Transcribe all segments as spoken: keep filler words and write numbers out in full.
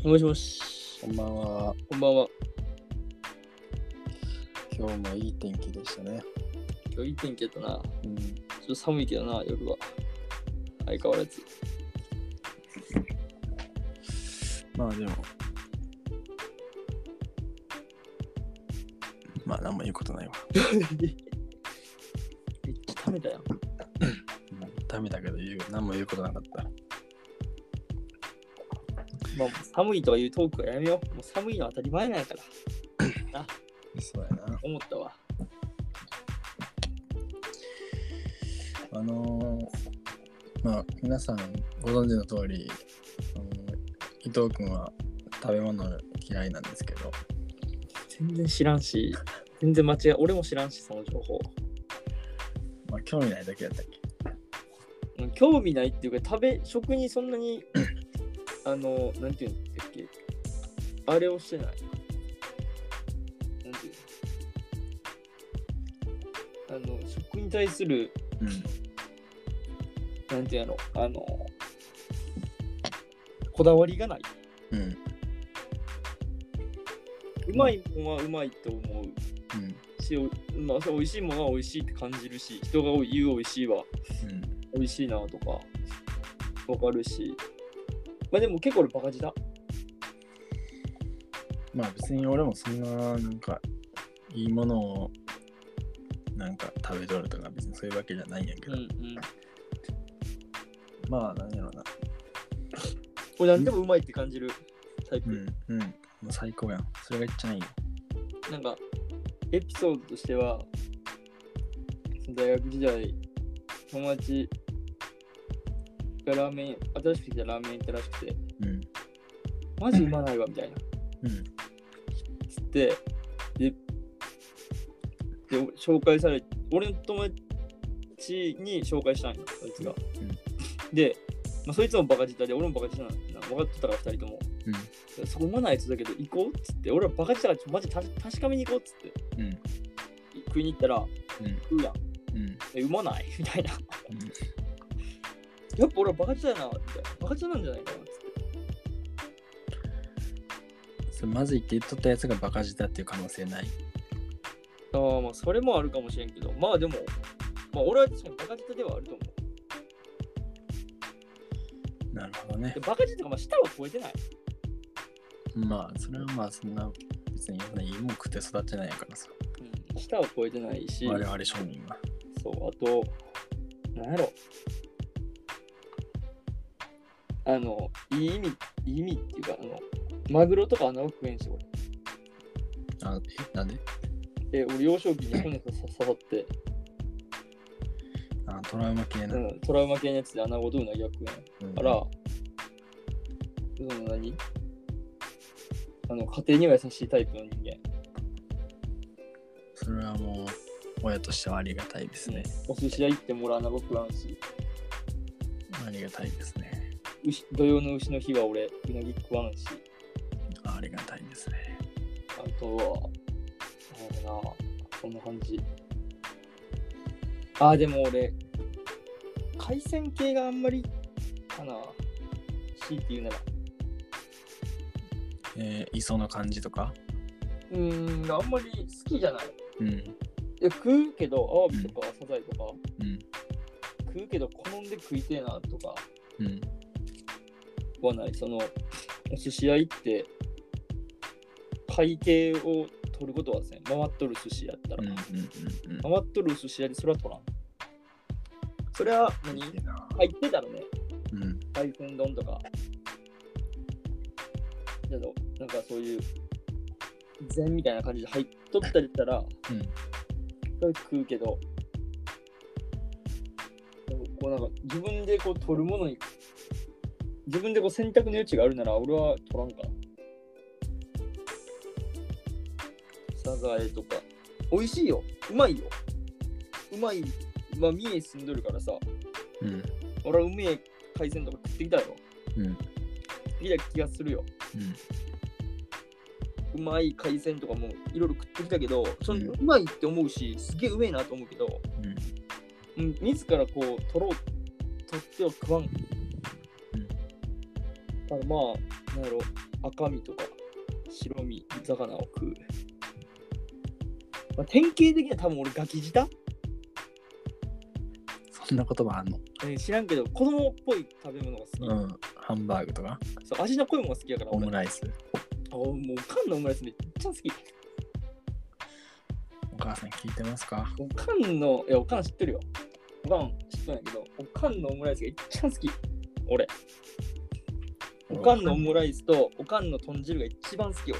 もしもし。 こんばんは。 こんばんは。 今日もいい天気でしたね。 今日いい天気やったな。 うん。 ちょっと寒いけどな、夜は。相変わらず。 まあでも、まあ何も言うことないわ。 めっちゃ食べたやん。 ダメだけど言う、何も言うことなかった。 まあ、寒いとかいうトークはやめよう。もう寒いのは当たり前なんやから。な、 そうやな。 思ったわ。 あのー、まあ皆さんご存知の通り、あの伊藤君は食べ物嫌いなんですけど、 全然知らんし、全然間違い、俺も知らんし、その情報。 まあ興味ないだけやったっけ。 うん、興味ないっていうか、食べ、食にそんなに、あの、なんていうんだっけ、あれをしてない。なんていうの、あの、食に対する、 うん。 なんていうの、あの、こだわりがない。 うん。 うまいものはうまいと思ううん。 し、まあ、美味しいものは美味しいって感じるし、人が言う美味しいはうん。 美味しいなとかわかるし、まあでも結構俺バカ舌。 まあ別に俺もそんななんかいいものをなんか食べとるとか別にそういうわけじゃないんやけど、 うんうん。 まあなんやろな。 俺何でもうまいって感じるタイプ。 うんうん。もう最高やん。それが一番いいよ。 なんかエピソードとしては、大学時代友達がラーメン、新しく来たラーメン行ったらしくて、 うん。 マジうまないわみたいな。 うん。 つって、で、で紹介され、俺の友達に紹介したんよ、そいつが。 うん。 で、まあ、そいつもバカ舌で、俺もバカ舌なんだな。分かってたからふたりとも。 うん。 そこうまないやつだけど行こうっつって、俺はバカ舌だからマジた確かめに行こうっつって、 うん。 食いに行ったら、 うん。 食うやん。 うん。 え、うまないみたいな。やっぱ俺はバカ舌やなって。バカ舌なんじゃないかなっつって。 それまずいって言っとったやつがバカ舌っていう可能性ない。 ああ、まあそれもあるかもしれんけど、まあでも、まあ俺は確かにバカ舌ではあると思う。 なるほどねで。バカ舌とかまあ舌は超えてない。 まあそれはまあそんな別にいいもん食って育ってないからさ。 うん、舌は超えてないし、 我々庶民は。 そう、あと、なんやろ。あの、いい意味、いい意味っていうか、あの、マグロとか穴を食えんし、俺。 あ、え、なんで？ え、俺幼少期に骨が刺さって、 あ、トラウマ系な。 うん、トラウマ系のやつで穴ごとうなぎは食えん。 うん、 から、その何あの、家庭には優しいタイプの人間。 それはもう親としてはありがたいですね。 うん、お寿司屋行ってもら穴ご食わんし、 ありがたいですね。 牛土曜の牛の日は俺、うなぎ食わんし、 ありがたいですね。 あとは、なんだろうな、こんな感じ。あ、でも俺、海鮮系があんまりかな、強いて言うなら。 えー、磯の感じとか？ うーん、あんまり好きじゃない。 うん。 いや、食うけど、アワビとかサザエとか、 うん。 食うけど、好んで食いてえなとかうん。 はない。その、お寿司屋行って、会計を取ることはですね、回っとる寿司屋やったら、 うん。うん。うん。 回っとる寿司屋でそれは取らん。それは何、 いいな。 入ってたらね、 うん。 海鮮丼とか、けどなんかそういう禅みたいな感じで入っとったりしたら、 うん。 それ食うけど、でもこうなんか自分でこう取るものに、自分でこう選択の余地があるなら俺は取らんかな。サザエとか、美味しいよ、うまいよ、うまい、まあ三重住んどるからさ、 うん。 俺はうめえ海鮮とか食ってきたよ。 うん。 食ってきた気がするよ。 うん。 うまい海鮮とかもいろいろ食ってきたけど、そのうんうまいって思うし、すげえうめえなと思うけど、うん、自らこう取ろう、取っては食わん。 うん。 だからまあ、 なんやろ、赤身とか白身魚を食う。まあ、典型的には多分俺ガキ舌、 そんな言葉あんの？ えー知らんけど子供っぽい食べ物が好き、 うん。ハンバーグとかそう味の濃いものが好きやから俺オムライス。 あもうおかんのオムライスめっちゃ好き。 お母さん聞いてますか？ おかんの、いやおかん知ってるよ。おかん知ってるんやけど、おかんのオムライスが一番好き。俺。おかんのオムライスとおかんの豚汁が一番好き俺。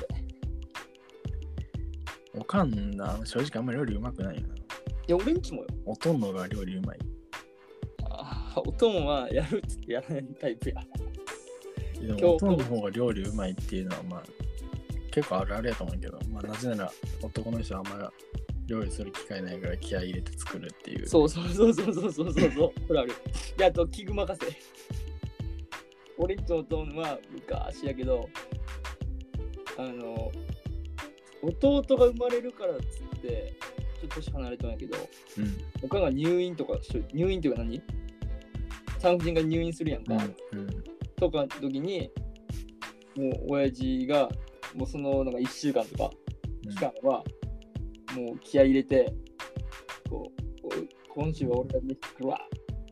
おかんな、正直あんまり料理うまくないよな。 いや俺んちもよ。 おとんのが料理うまい。 あおとんはやるっつってやらないタイプや。 でもおとんの方が料理うまいっていうのはまあ結構あるあるやと思うけど、まあなぜなら男の人はあんまり料理する機会ないから気合い入れて作るっていう。 そうそうそうそうそうそうそうそう。これある。であと器具任せ。俺んちのおとんは昔やけど、あの弟が生まれるからっつってちょっと年離れたんやけど、 うん、 おかんが入院とか入院っていうか何？産婦人が入院するやんか、 うんうん、 とかの時にもう親父がもうそのなんかいっしゅうかんとか期間はもう気合い入れて、こう今週は俺が飯食うわ、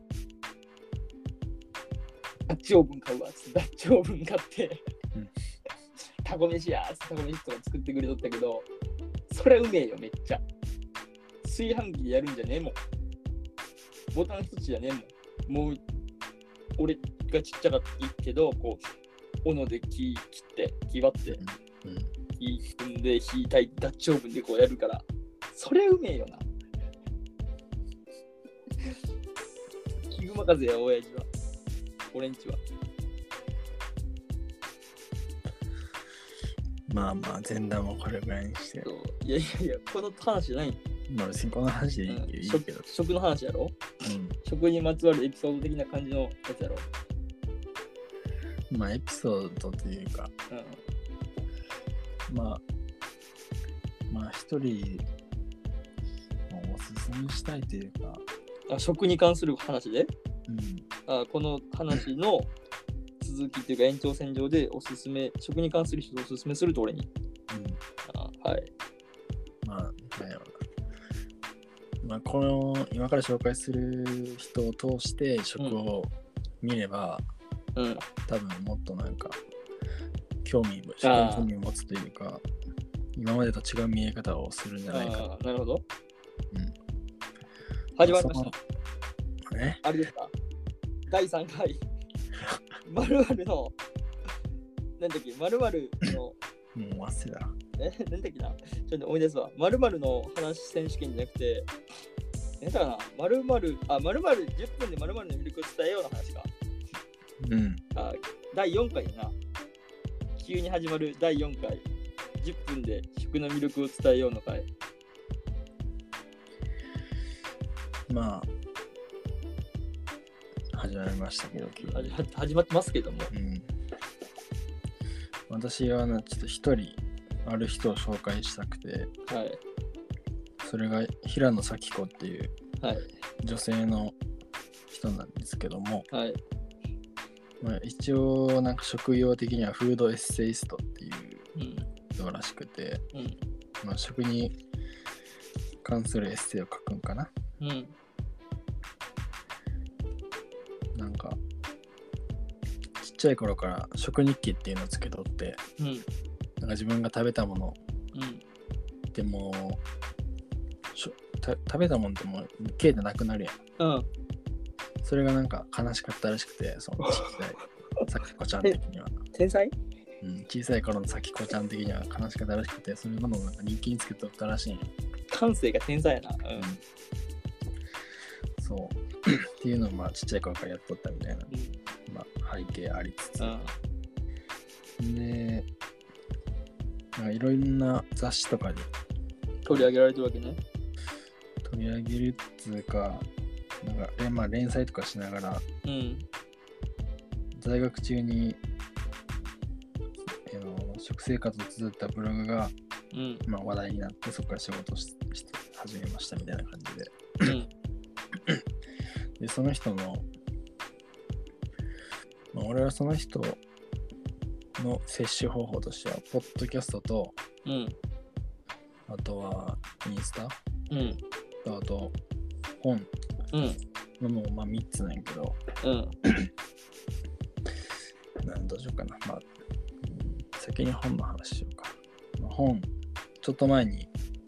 ダッチオーブン買うわっつってダッチオーブン買って、うん、タコ飯やっつってタコ飯とか作ってくれとったけど、それうめえよめっちゃ。炊飯器でやるんじゃねえもん。ボタン一つじゃねえもん。もう俺がちっちゃかったけど、こう斧で木切って木割って、うん、火組んで火炊いてダッチオーブンでこうやるから、それうめえよな。器具任せや親父は。俺んちは。 まあまあ前段もこれぐらいにして。 いやいやいや、この話じゃない。 まあ別にこの話でいい、うん、いいけど。 食の話やろ、うん、食にまつわるエピソード的な感じのやつやろ。 まあエピソードというか、うん、まあまあ一人おすすめしたいというか、 あ食に関する話で、 うん、 あこの話の続きというか延長線上でおすすめ、食に関する人をおすすめすると俺に、うん、あはい。 まあなんやろまあ、この今から紹介する人を通して食を見れば、うん、多分もっとなんか興味食に興味を持つというか、今までと違う見え方をするんじゃないかな。なるほど、うん、始まりました。えあれですか、だいさんかい〇〇のなんだっけ〇〇のもう忘れたえ、なんだっけな、ちょっと思い出すわ。〇〇の話選手権じゃなくて、なんだかな、〇〇、あ、〇〇じゅっぷんで〇〇の魅力を伝えようの話か。 うん。 あ、だいよんかいやな。急に始まるだいよんかい。じゅっぷんで食の魅力を伝えようの回。 まあ、始まりましたけど、 始ま始まってますけども。 うん。私はな、ちょっと一人、ある人を紹介したくて、 はい、 それが平野咲子っていう女性の人なんですけども、 はい、 まあ、一応なんか職業的にはフードエッセイストっていう人らしくて、うん、まあ、食に関するエッセイを書くんかな、うん、なんかちっちゃい頃から食日記っていうのをつけとって、うん、なんか自分が食べたもの、うん、でも食べたものってもう消えてなくなるやん、うん、それがなんか悲しかったらしくて、その小さい咲子ちゃん的には天才、 うん、小さい頃の咲子ちゃん的には悲しかったらしくて、そういうものをなんか日記につけておったらしいんよ。 感性が天才やな、うん、 そうっていうのをまあちっちゃい頃からやっとったみたいな、うん、まあ、背景ありつつ、うん、でいろんな雑誌とかで取り上げられてるわけね。 取り上げるっつうか、なんか、まあ、連載とかしながら、うん、在学中に、えー、食生活を綴ったブログが、うんまあ、話題になって、そこから仕事を し, して始めましたみたいな感じで、うん、でその人の、まあ、俺はその人の摂取方法としては、ポッドキャストと、 うん、 あとはインスタ、 うん、 あと本のもうまあみっつなんやけど、うん、なんどうしようかな。まあ、先に本の話しようか。まあ、本、ちょっと前に、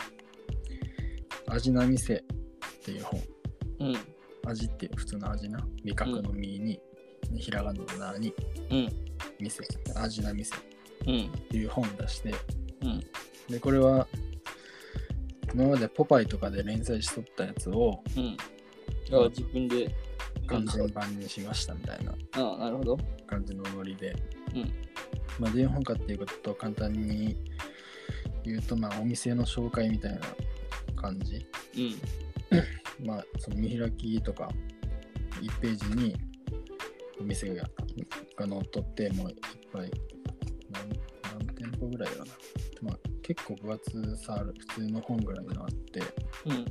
味な店っていう本、うん、味っていう普通の味な、味覚の味に、うん、ひらがなのなに、うん、店、味な店っていう本出して、うん、でこれは今までポパイとかで連載しとったやつを、うん、 あ自分で完全版にしましたみたいなあなるほど感じのノリで、うん、まあどういう本かっていうことを簡単に言うと、まあお店の紹介みたいな感じ、うん、まあその見開きとかいちページにお店がが載っとってもういっぱい 何, 何店舗ぐらいだな、まあ、結構分厚さある普通の本ぐらいのあって、うん、なん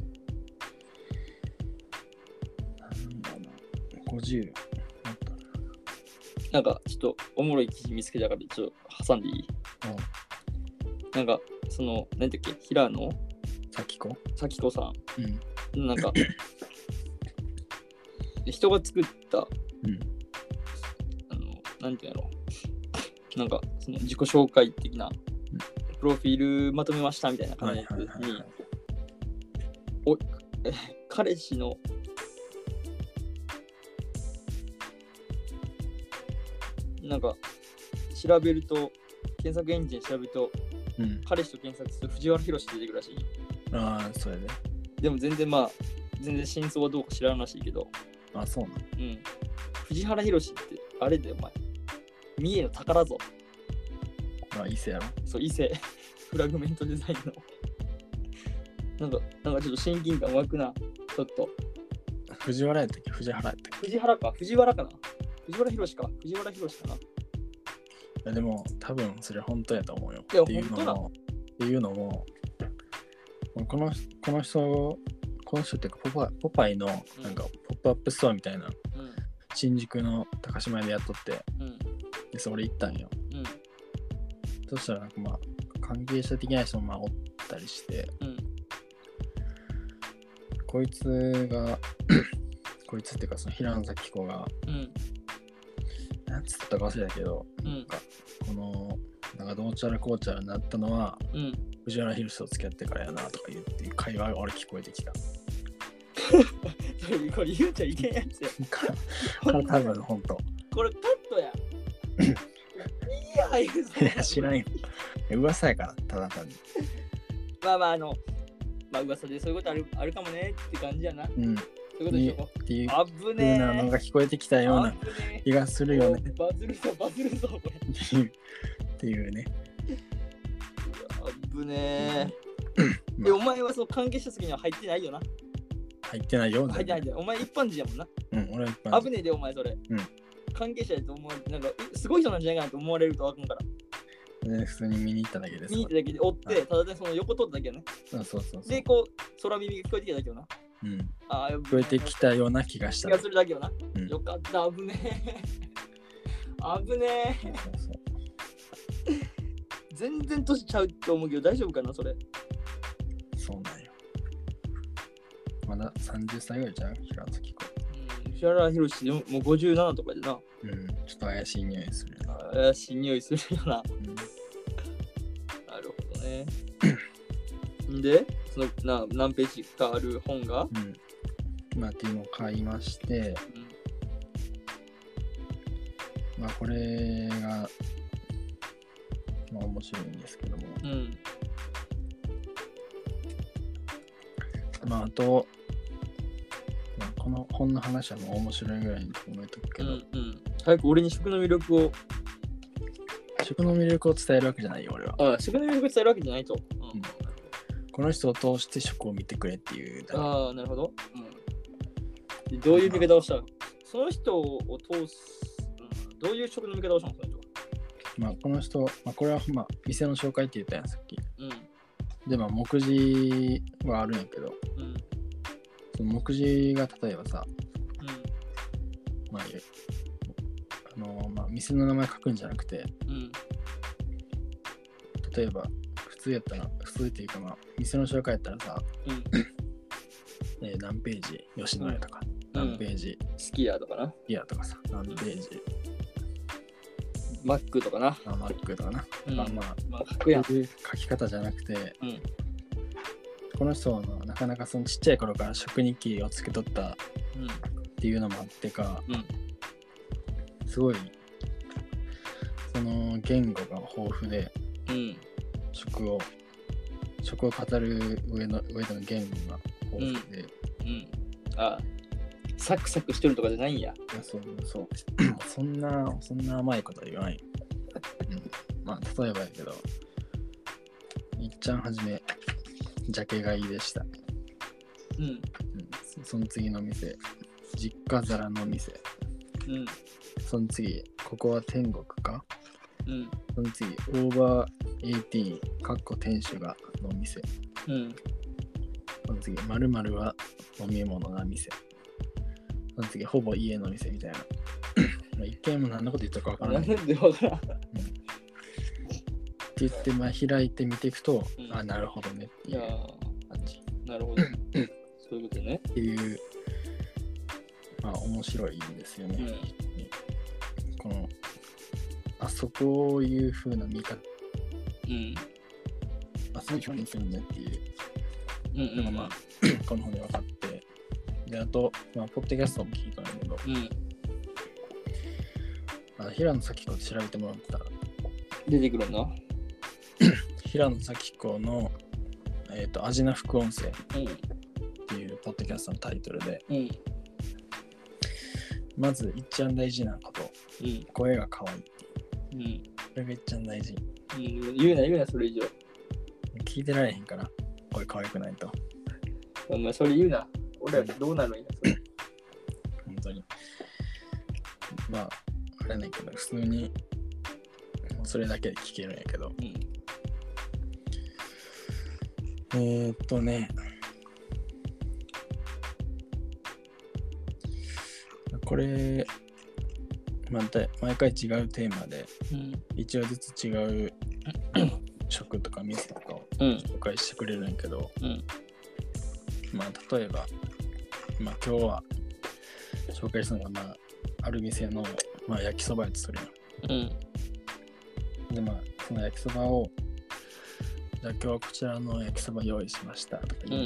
だろうなごじゅうあったなんかちょっとおもろい記事見つけたからちょっと挟んでいい？うん、なんかその何だっけ平野咲子咲子さん、うん、なんか人が作った、うん、あのなんていうのなんかその自己紹介的なプロフィールまとめましたみたいな感じに、おえ彼氏のなんか調べると検索エンジン調べると、うん、彼氏と検索すると藤原宏って出てくるらしい。 ああそれででも全然まあ全然真相はどうか知らんらしいけど、 あそうなの、 うん、藤原宏ってあれでお前三重の宝ぞ。 あ伊勢やろ。 そう伊勢フラグメントデザインのなんかなんかちょっと親近感湧くなちょっと。 藤原やったっけ藤原やったっけ藤原か藤原かな藤原宏か藤原宏かな。いやでも多分それ本当やと思うよ。 いやっていうのもっていうのもこのこの人この人っていうかポパポパイのなんかポップアップストアみたいな、うん、新宿の高島屋でやっとって、うん、でそれ行ったんよ。うん、そしたらなんかまあ関係者的な人もまあおったりして、うん、こいつがこいつっていうかその平野咲子が、うん、なんつったか忘れたけど、うん、なんかこのなんかどうちゃらこうちゃらになったのは、うん、藤原宏と付き合ってからやなとか言って会話が俺聞こえてきた。 これ言うちゃいけんやつや。 これ多分本当。 これカットや。いや言うぞ。 いや知らんよ。噂やからただ単に。 まあまああのまあ噂でそういうことあるあるかもねって感じやな。うん。そういうことでしょ。 っていう風なのが聞こえてきたような気がするよね。 バズるぞバズるぞこれ。 っていうね。 あぶねー。まあ、えお前はその関係者席には入ってないよな。 入ってないよ。 入ってないよ。お前一般人やもんな。 うん、俺は一般人。 危ねえでお前それ。うん。関係者だと思うなんかすごい人なんじゃないかなと思われるとあかんから。 ね、普通に見に行っただけです。 見に行っただけで追って、ただでその横通っただけよね。 そうそうそう。 で、こう、空耳が聞こえてきただけよな。 うん。あ聞こえてきたような気がした。 気がするだけよな。うん、よかった、危ねえ。危ねえ。そうそうそう全然年ちゃうと思うけど大丈夫かな、それ。 そうなんよ。まださんじゅっさいぐらいじゃん、平野咲子。 うん、石原宏もうごじゅうななとかでな。 うん、ちょっと怪しい匂いするな。 怪しい匂いするよな。うん、なるほどね。で、そのな何ページかある本が、うん、 まあっていうのを買いまして、うん、まあこれが、まあ面白いんですけども、うん、まああと、まあ、この本の話はもう面白いぐらいに思えとくけど、うんうん、 早く俺に食の魅力を食の魅力を伝えるわけじゃないよ俺は。 ああ、食の魅力を伝えるわけじゃないと。うん、 この人を通して食を見てくれっていう。 ああ、なるほど。うん、どういう見方をしたの？その人を通す、うん、どういう食の見方をしたの？その人は。 まあこの人、まあこれはまあ店の紹介って言ったやんさっき。うん、でまあ目次はあるんやけど、うん、その目次が例えばさ、うん、まああのまあ店の名前書くんじゃなくて、 うん、 例えば普通やったら普通っていうかまあ店の紹介やったらさ、うんえー、何ページ吉野家とか、うん、何ページ、 うん、スキヤとかなスキヤとかさ何ページ、 うん、マックとかなあマックとかな、うん、まあまあ、 まあ、書くやん。 書き方じゃなくて、 うん、 この人のなかなかそのちっちゃい頃から食日記をつけとったっていうのもあってか、うん、すごいその言語が豊富で、うん、食を食を語る上の上での言語が豊富で、 うんうん、あサクサクしてるとかじゃないんや。 いやそうそうそんなそんな甘いことは言わない、うん、まあ例えばやけどいっちゃんはじめジャケ買いでした、うんうん、その次の店実家皿の店、うん、その次ここは天国か、うん、その次オーバーエイティーンかっこ店主がの店、うん、その次〇〇は飲み物な店、その次ほぼ家の店みたいな一見も何のこと言ったか分からないなんで分からん、うん、って言ってまあ開いてみていくと、うん、あなるほどねっていう感じ。 なるほどそういうことねっていうまあ面白いんですよね、うん、このあそこういう風な見方、うん、あそういう表現するんだっていうのが、うんうん、まあこの本で分かってであと、まあ、ポッドキャストも聞いたんだけど、うん、あ平野咲子調べてもらったら出てくるな平野咲子のえっ、ー、と味な副音声っていうポッドキャストのタイトルで、うん、まずいっちゃん大事なこと、うん、声が可愛いっていう、うん、それがいっちゃん大事、 うん、言うな言うなそれ以上聞いてられへんから声可愛くないとお前それ言うな俺はどうなるんやそれ本当にまああれないけど普通にそれだけで聞けるんやけど、うん、えー、っとねこれまた毎回違うテーマで、うん、一話ずつ違う食とか店とかを紹介してくれるんやけど、うん、まあ例えば、まあ、今日は紹介したのが、まあ、ある店の、まあ、焼きそばやつするやん、うん、でまあその焼きそばをじゃあ今日はこちらの焼きそば用意しましたとか言って、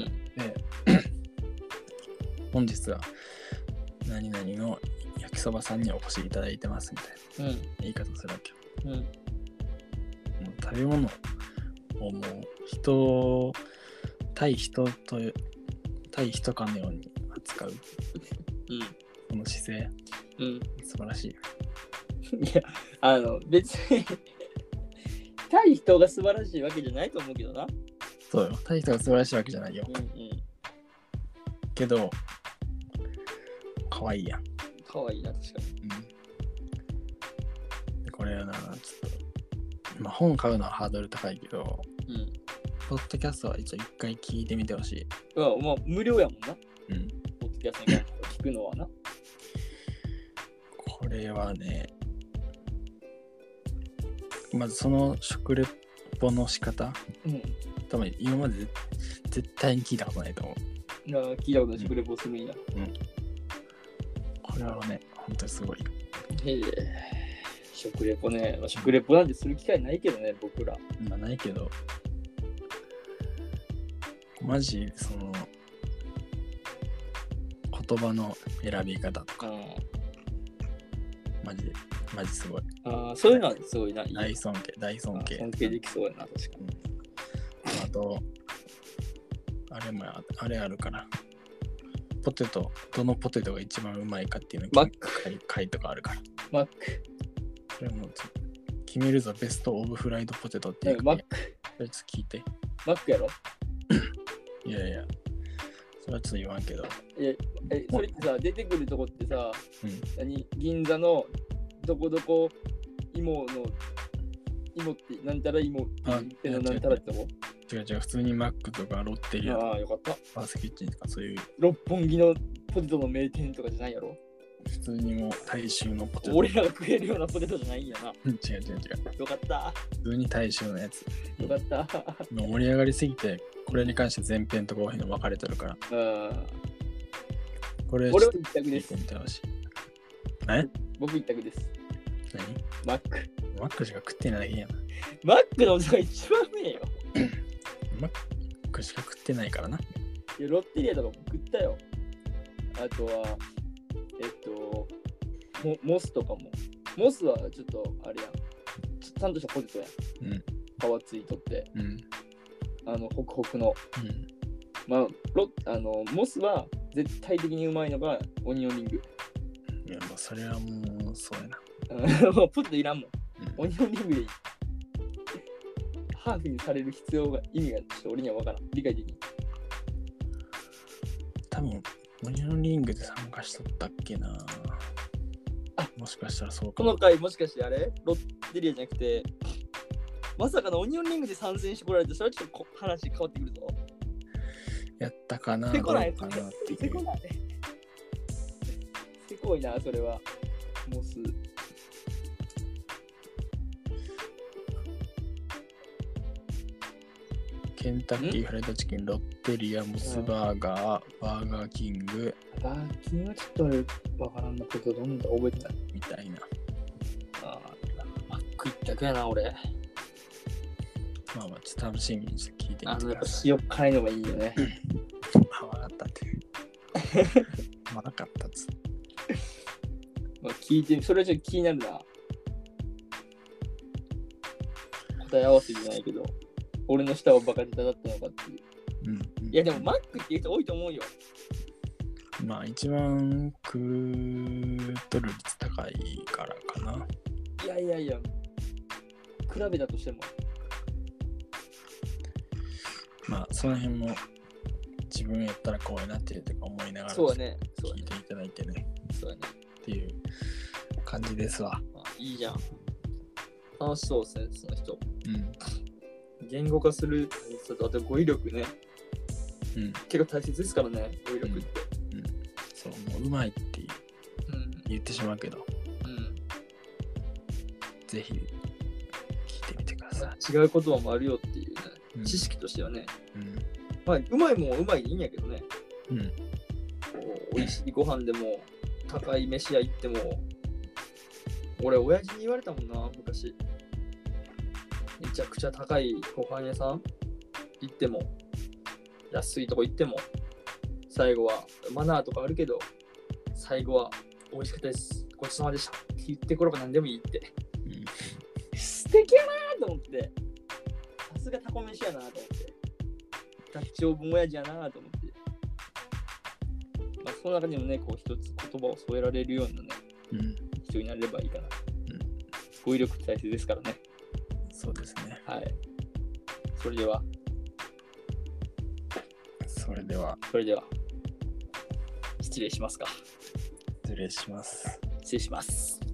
うん、本日は何々の焼きそばさんにお越しいただいてますみたいな、うん、言い方するわけよ、うん、もう食べ物をもう人対人と対人かのように扱う、うん、この姿勢、うん、素晴らしい。 いやあの別に対人が素晴らしいわけじゃないと思うけどな。 そうよ対人が素晴らしいわけじゃないよ、うんうん、けど可愛いやん。 可愛いな確かに、 うん、でこれはなちょっとまあ本買うのはハードル高いけど、うん、ポッドキャストは一応一回聞いてみてほしい。 うんまあ無料やもんな、うん、ポッドキャストに聞くのはなこれはねまずその食レポの仕方、うん、多分今まで絶対に聞いたことないと思う。 いや聞いたことない食レポするんや、うんうん、 これはね本当にすごい。 へえ食レポね、まあ、食レポなんてする機会ないけどね僕ら。 まあないけどマジその言葉の選び方とか、うん、マジマジすごい。 ああそういうのはすごいな。 大尊敬大尊敬。 尊敬できそうやな確かに。 あとあれもあれあるからポテトどのポテトが一番うまいかっていうのマック回とかあるから。 マック。 それも決めるぞベストオブフライドポテトっていう、 ね、マック。 それちょっと聞いて。 マックやろ。 いやいやそれはちょっと言わんけど。 ええそれってさ出てくるとこってさ、うん、何銀座のどこどこ芋の芋ってなんたら芋ってなんたらってとこ？ 違う違う普通にマックとかロッテリアとかああよかったファーストキッチンとかそういう六本木のポテトの名店とかじゃないやろ。 普通にもう大衆のポテト。 俺らが食えるようなポテトじゃないんやな。 違う違う違う。 よかった。 普通に大衆のやつ。 よかった。 もう盛り上がりすぎて、これに関して前編と後編で分かれてるから。 うん。 これ、 俺は一択です。 見てほしい。え僕一択です。 何マック。 マックしか食ってないだけやな。 マックのお店が一番うめえよ。 マックしか食ってないからな。 いやロッテリアとかも食ったよ。あとは、えっと、モ, モスとかも。モスはちょっとあれやん。ちゃんとしたポテトやん。 うん。 皮ついとって。 うん。 あの、ホクホクの。 うん。 まあ、ロあのモスは絶対的にうまいのがオニオンリング。 いや、まあ、それはもう、そうやな。 もうポテトいらんもん。 うん、 オニオンリングでいい。ハーフにされる必要が、意味がちょっと俺には分からん。理解できん。 多分、オニオンリングで参加しとったっけな。あ、もしかしたらそうかも。この回もしかしてあれロッテリアじゃなくて、まさかのオニオンリングで参戦してこられて、それはちょっと話変わってくるぞ。 やったかな。 せこない。 どうかなっていう。 せこない。せこいな、それは。モス。 ケンタッキーフライドチキン、ロッテリア、モスバーガー、うん、バーガーキング。 バーガーキングはちょっと俺、わからんのけど、どんだ覚えてない。 みたいな。 ああ、マック一択やな、俺。 まあまあ、ちょっと楽しみにして聞いてみてください。 あの、やっぱ塩辛いのがいいよね。 あ、わかったって。わかったっつ。 まあ、聞いてみ、それはちょっと気になるな。答え合わせじゃないけど。俺の舌はバカ舌だったのかっていう。 うんうん、 いやでもマックっていう人多いと思うよ。 まあ一番食うとる率高いからかな。 いやいやいや、比べたとしても。 まあその辺も自分やったらこうやなっていうとか思いながらそうね、 聞いていただいてね。 そうね。 っていう感じですわ。 あ、いいじゃん。楽しそうですね、その人。 うん。 言語化する、あと語彙力ね、 うん、 結構大切ですからね、語彙力って。 うんうん、そう、もううまいって言ってしまうけど、 うん、 ぜひ聞いてみてください。違う言葉もあるよっていうね、 うん、 知識としてはね。 うん、 まあ、うまいもんはうまいでいいんやけどね。 うん、 こう美味しいご飯でも、高い飯屋行っても、俺、親父に言われたもんな、昔。めちゃくちゃ高いご飯屋さん行っても、安いとこ行っても、最後はマナーとかあるけど、最後は美味しかったです、ごちそうさまでしたって言ってこれば何でもいいって、うん、素敵やなと思って、さすがタコ飯やなと思って、ダッチオーブン親父やなと思って、まあ、その中にもね、こう一つ言葉を添えられるようなね、 うん、 人になればいいかな、うん、語彙力って大切ですからね。 そうですね。 はい。それでは。 それでは。 それでは。失礼しますか。 失礼します。 失礼します。